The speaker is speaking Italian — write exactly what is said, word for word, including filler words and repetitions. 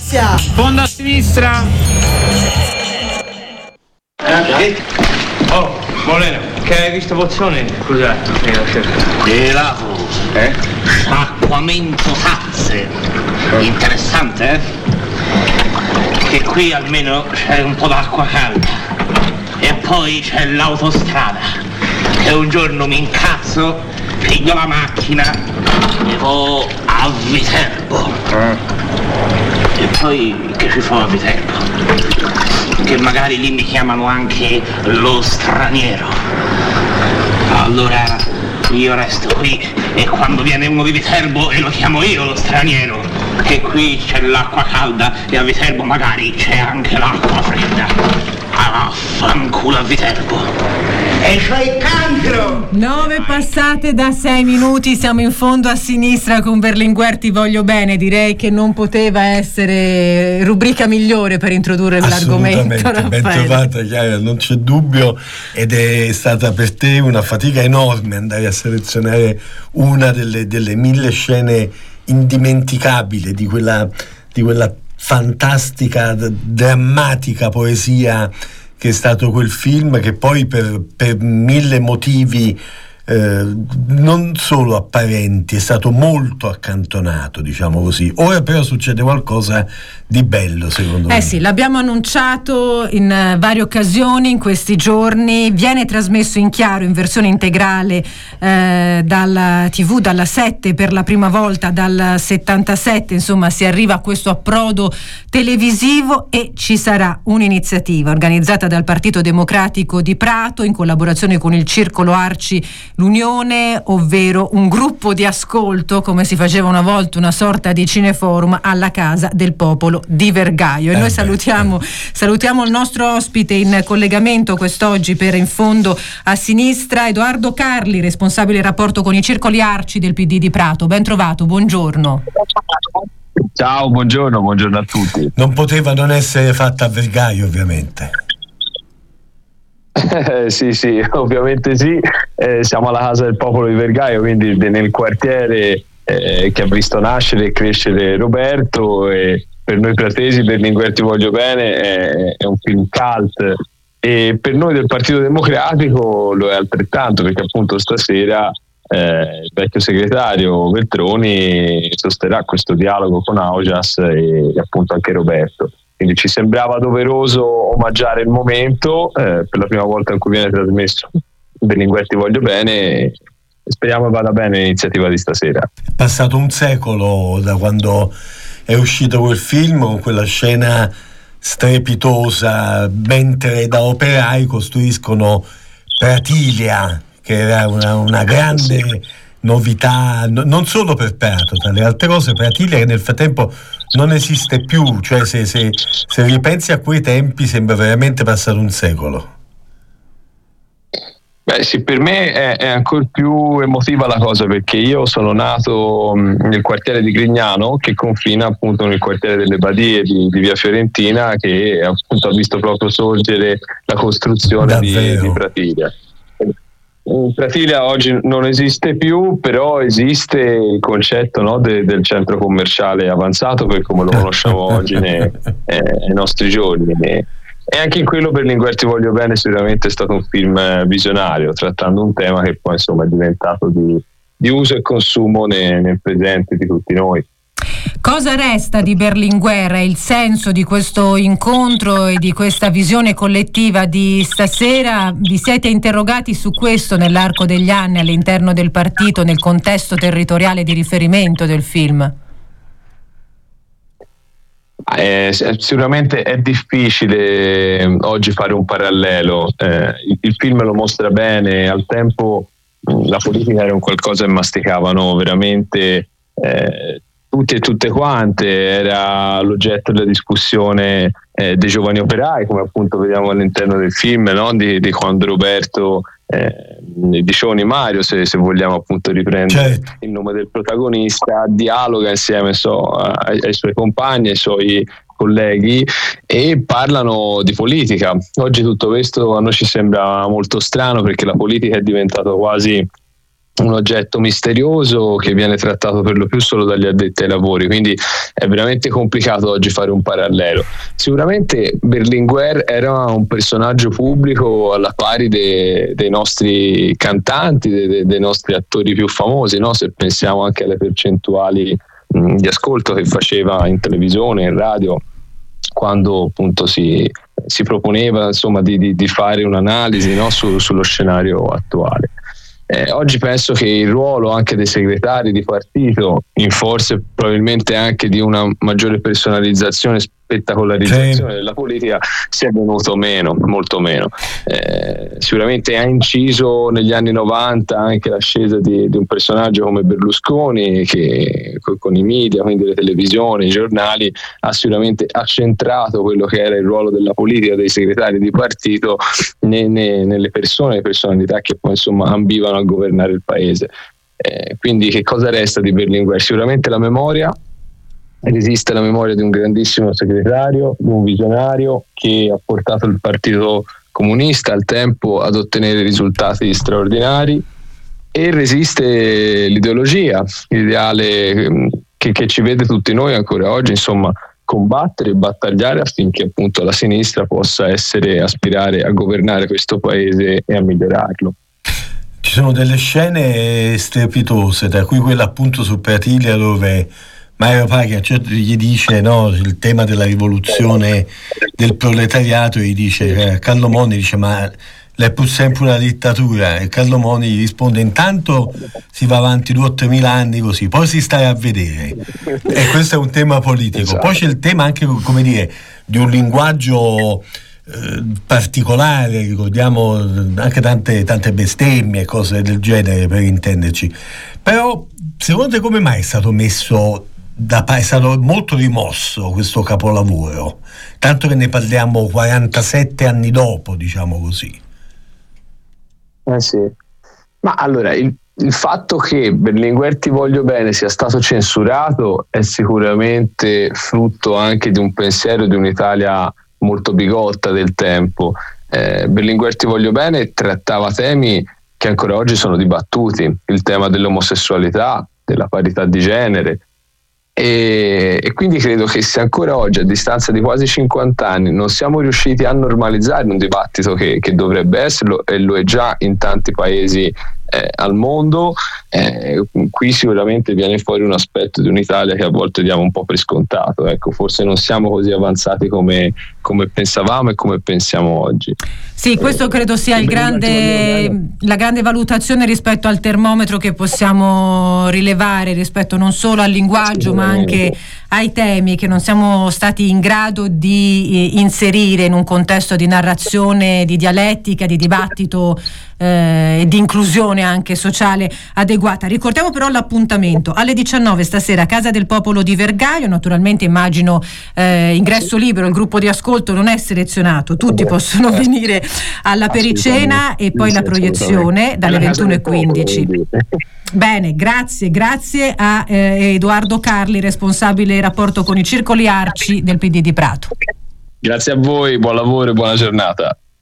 Grazia! Fondo a sinistra. Eh, oh, Moleno, che hai visto pozione? Cos'è? Gelato. Eh? Sciacquamento tazze. Interessante, eh? Che qui almeno c'è un po' d'acqua calda. E poi c'è l'autostrada. Che un giorno mi incazzo, piglio la macchina e vado a Viterbo. Eh. E poi che ci fa a Viterbo? Che magari lì mi chiamano anche lo straniero. Allora io resto qui e quando viene uno di Viterbo e lo chiamo io lo straniero, che qui c'è l'acqua calda e a Viterbo magari c'è anche l'acqua fredda. Ah, fanculo a Viterbo. E c'hai cancro! Nove passate da sei minuti, siamo in fondo a sinistra con Berlinguer Ti voglio bene. Direi che non poteva essere rubrica migliore per introdurre l'argomento. Ben trovata, Chiara, non c'è dubbio, ed è stata per te una fatica enorme andare a selezionare una delle, delle mille scene indimenticabili di quella, di quella fantastica, d- drammatica poesia che è stato quel film, che poi per, per mille motivi eh, non solo apparenti è stato molto accantonato, diciamo così. Ora però succede qualcosa di bello, secondo eh me. Eh sì, l'abbiamo annunciato in uh, varie occasioni in questi giorni. Viene trasmesso in chiaro in versione integrale eh, dalla tivù, dalla sette, per la prima volta dal settantasette. Insomma, si arriva a questo approdo televisivo e ci sarà un'iniziativa organizzata dal Partito Democratico di Prato in collaborazione con il Circolo Arci L'Unione, ovvero un gruppo di ascolto, come si faceva una volta, una sorta di cineforum alla Casa del Popolo di Vergaio. E eh noi salutiamo, salutiamo il nostro ospite in collegamento quest'oggi per In fondo a sinistra, Edoardo Carli, responsabile rapporto con i circoli Arci del P D di Prato. Ben trovato, buongiorno. Ciao, buongiorno, buongiorno a tutti. Non poteva non essere fatta a Vergaio, ovviamente. Eh, sì, sì, ovviamente sì. Eh, siamo alla Casa del Popolo di Vergaio, quindi nel quartiere eh, che ha visto nascere e crescere Roberto, e per noi pratesi Berlinguer Ti voglio bene è, è un film cult, e per noi del Partito Democratico lo è altrettanto, perché appunto stasera eh, il vecchio segretario Veltroni sosterrà questo dialogo con Augias e, e appunto anche Roberto. Quindi ci sembrava doveroso omaggiare il momento eh, per la prima volta in cui viene trasmesso Berlinguer Ti voglio bene, e speriamo vada bene l'iniziativa di stasera. È passato un secolo da quando è uscito quel film, con quella scena strepitosa mentre da operai costruiscono Pratilia, che era una, una grande novità, no, non solo per Prato, tra le altre cose Pratilia che nel frattempo non esiste più, cioè se, se, se ripensi a quei tempi sembra veramente passato un secolo. Beh sì, per me è, è ancora più emotiva la cosa, perché io sono nato nel quartiere di Grignano, che confina appunto nel quartiere delle Badie di, di via Fiorentina, che appunto ha visto proprio sorgere la costruzione di, di Pratilia. Pratilia oggi non esiste più, però esiste il concetto, no, de, del centro commerciale avanzato, per come lo conosciamo oggi nei, eh, nei nostri giorni. E, e anche in quello Berlinguer Ti voglio bene sicuramente è stato un film visionario, trattando un tema che poi insomma è diventato di, di uso e consumo nel, nel presente di tutti noi. Cosa resta di Berlinguer? È il senso di questo incontro e di questa visione collettiva di stasera? Vi siete interrogati su questo nell'arco degli anni all'interno del partito, nel contesto territoriale di riferimento del film? Eh, sicuramente è difficile eh, oggi fare un parallelo. Eh, il, il film lo mostra bene. Al tempo mh, la politica era un qualcosa che masticavano veramente eh, tutti e tutte quante, era l'oggetto della discussione eh, dei giovani operai, come appunto vediamo all'interno del film, no? di, di quando Roberto eh, di Cioni Mario, se, se vogliamo appunto riprendere certo. il nome del protagonista, dialoga insieme so, ai, ai suoi compagni, ai suoi colleghi, e parlano di politica. Oggi tutto questo a noi ci sembra molto strano, perché la politica è diventata quasi un oggetto misterioso che viene trattato per lo più solo dagli addetti ai lavori, quindi è veramente complicato oggi fare un parallelo. Sicuramente Berlinguer era un personaggio pubblico alla pari de, dei nostri cantanti, de, de, dei nostri attori più famosi, no? Se pensiamo anche alle percentuali mh, di ascolto che faceva in televisione, in radio, quando appunto si, si proponeva insomma di, di, di fare un'analisi, no? Su, sullo scenario attuale. Eh, oggi penso che il ruolo anche dei segretari di partito, in forse probabilmente anche di una maggiore personalizzazione, spettacolarizzazione sì. della politica, sia venuto meno, molto meno. Eh, sicuramente ha inciso negli anni novanta anche l'ascesa di, di un personaggio come Berlusconi, che con, con i media, quindi le televisioni, i giornali, ha sicuramente accentrato quello che era il ruolo della politica, dei segretari di partito ne, ne, nelle persone, le personalità che poi insomma ambivano a governare il paese. Eh, quindi che cosa resta di Berlinguer? Sicuramente la memoria. Esiste la memoria di un grandissimo segretario, di un visionario che ha portato il Partito Comunista al tempo ad ottenere risultati straordinari, e resiste l'ideologia, l'ideale che, che ci vede tutti noi ancora oggi, insomma, combattere e battagliare affinché appunto la sinistra possa essere, aspirare a governare questo paese e a migliorarlo. Ci sono delle scene strepitose, tra cui quella appunto su Pratilia, dove Mario Paghi a certo gli dice, no, il tema della rivoluzione del proletariato, gli dice, eh, Carlo Moni dice, ma è pur sempre una dittatura, e Carlo Moni gli risponde, intanto si va avanti due o tre mila anni così, poi si sta a vedere. E questo è un tema politico. Esatto. Poi c'è il tema anche, come dire, di un linguaggio eh, particolare, ricordiamo anche tante, tante bestemmie e cose del genere, per intenderci. Però secondo te come mai è stato messo da, è stato molto rimosso questo capolavoro, tanto che ne parliamo quarantasette anni dopo, diciamo così? Eh sì, ma allora il, il fatto che Berlinguer Ti voglio bene sia stato censurato è sicuramente frutto anche di un pensiero di un'Italia molto bigotta del tempo. eh, Berlinguer Ti voglio bene trattava temi che ancora oggi sono dibattuti, il tema dell'omosessualità, della parità di genere, e, e quindi credo che se ancora oggi, a distanza di quasi cinquanta anni, non siamo riusciti a normalizzare un dibattito che, che dovrebbe esserlo, e lo è già in tanti paesi eh, al mondo, eh, qui sicuramente viene fuori un aspetto di un'Italia che a volte diamo un po' per scontato. Ecco, forse non siamo così avanzati come, come pensavamo e come pensiamo oggi. Sì, questo credo sia il grande, la grande valutazione rispetto al termometro che possiamo rilevare rispetto non solo al linguaggio ma anche ai temi che non siamo stati in grado di eh, inserire in un contesto di narrazione, di dialettica, di dibattito e eh, di inclusione anche sociale adeguata. Ricordiamo però l'appuntamento alle diciannove stasera, Casa del Popolo di Vergaio, naturalmente immagino eh, ingresso libero, il gruppo di ascolto non è selezionato, tutti possono venire alla pericena e poi la proiezione dalle ventuno e quindici. Bene, grazie, grazie a eh, Edoardo Carli, responsabile rapporto con i circoli Arci del P D di Prato. Grazie a voi, buon lavoro e buona giornata.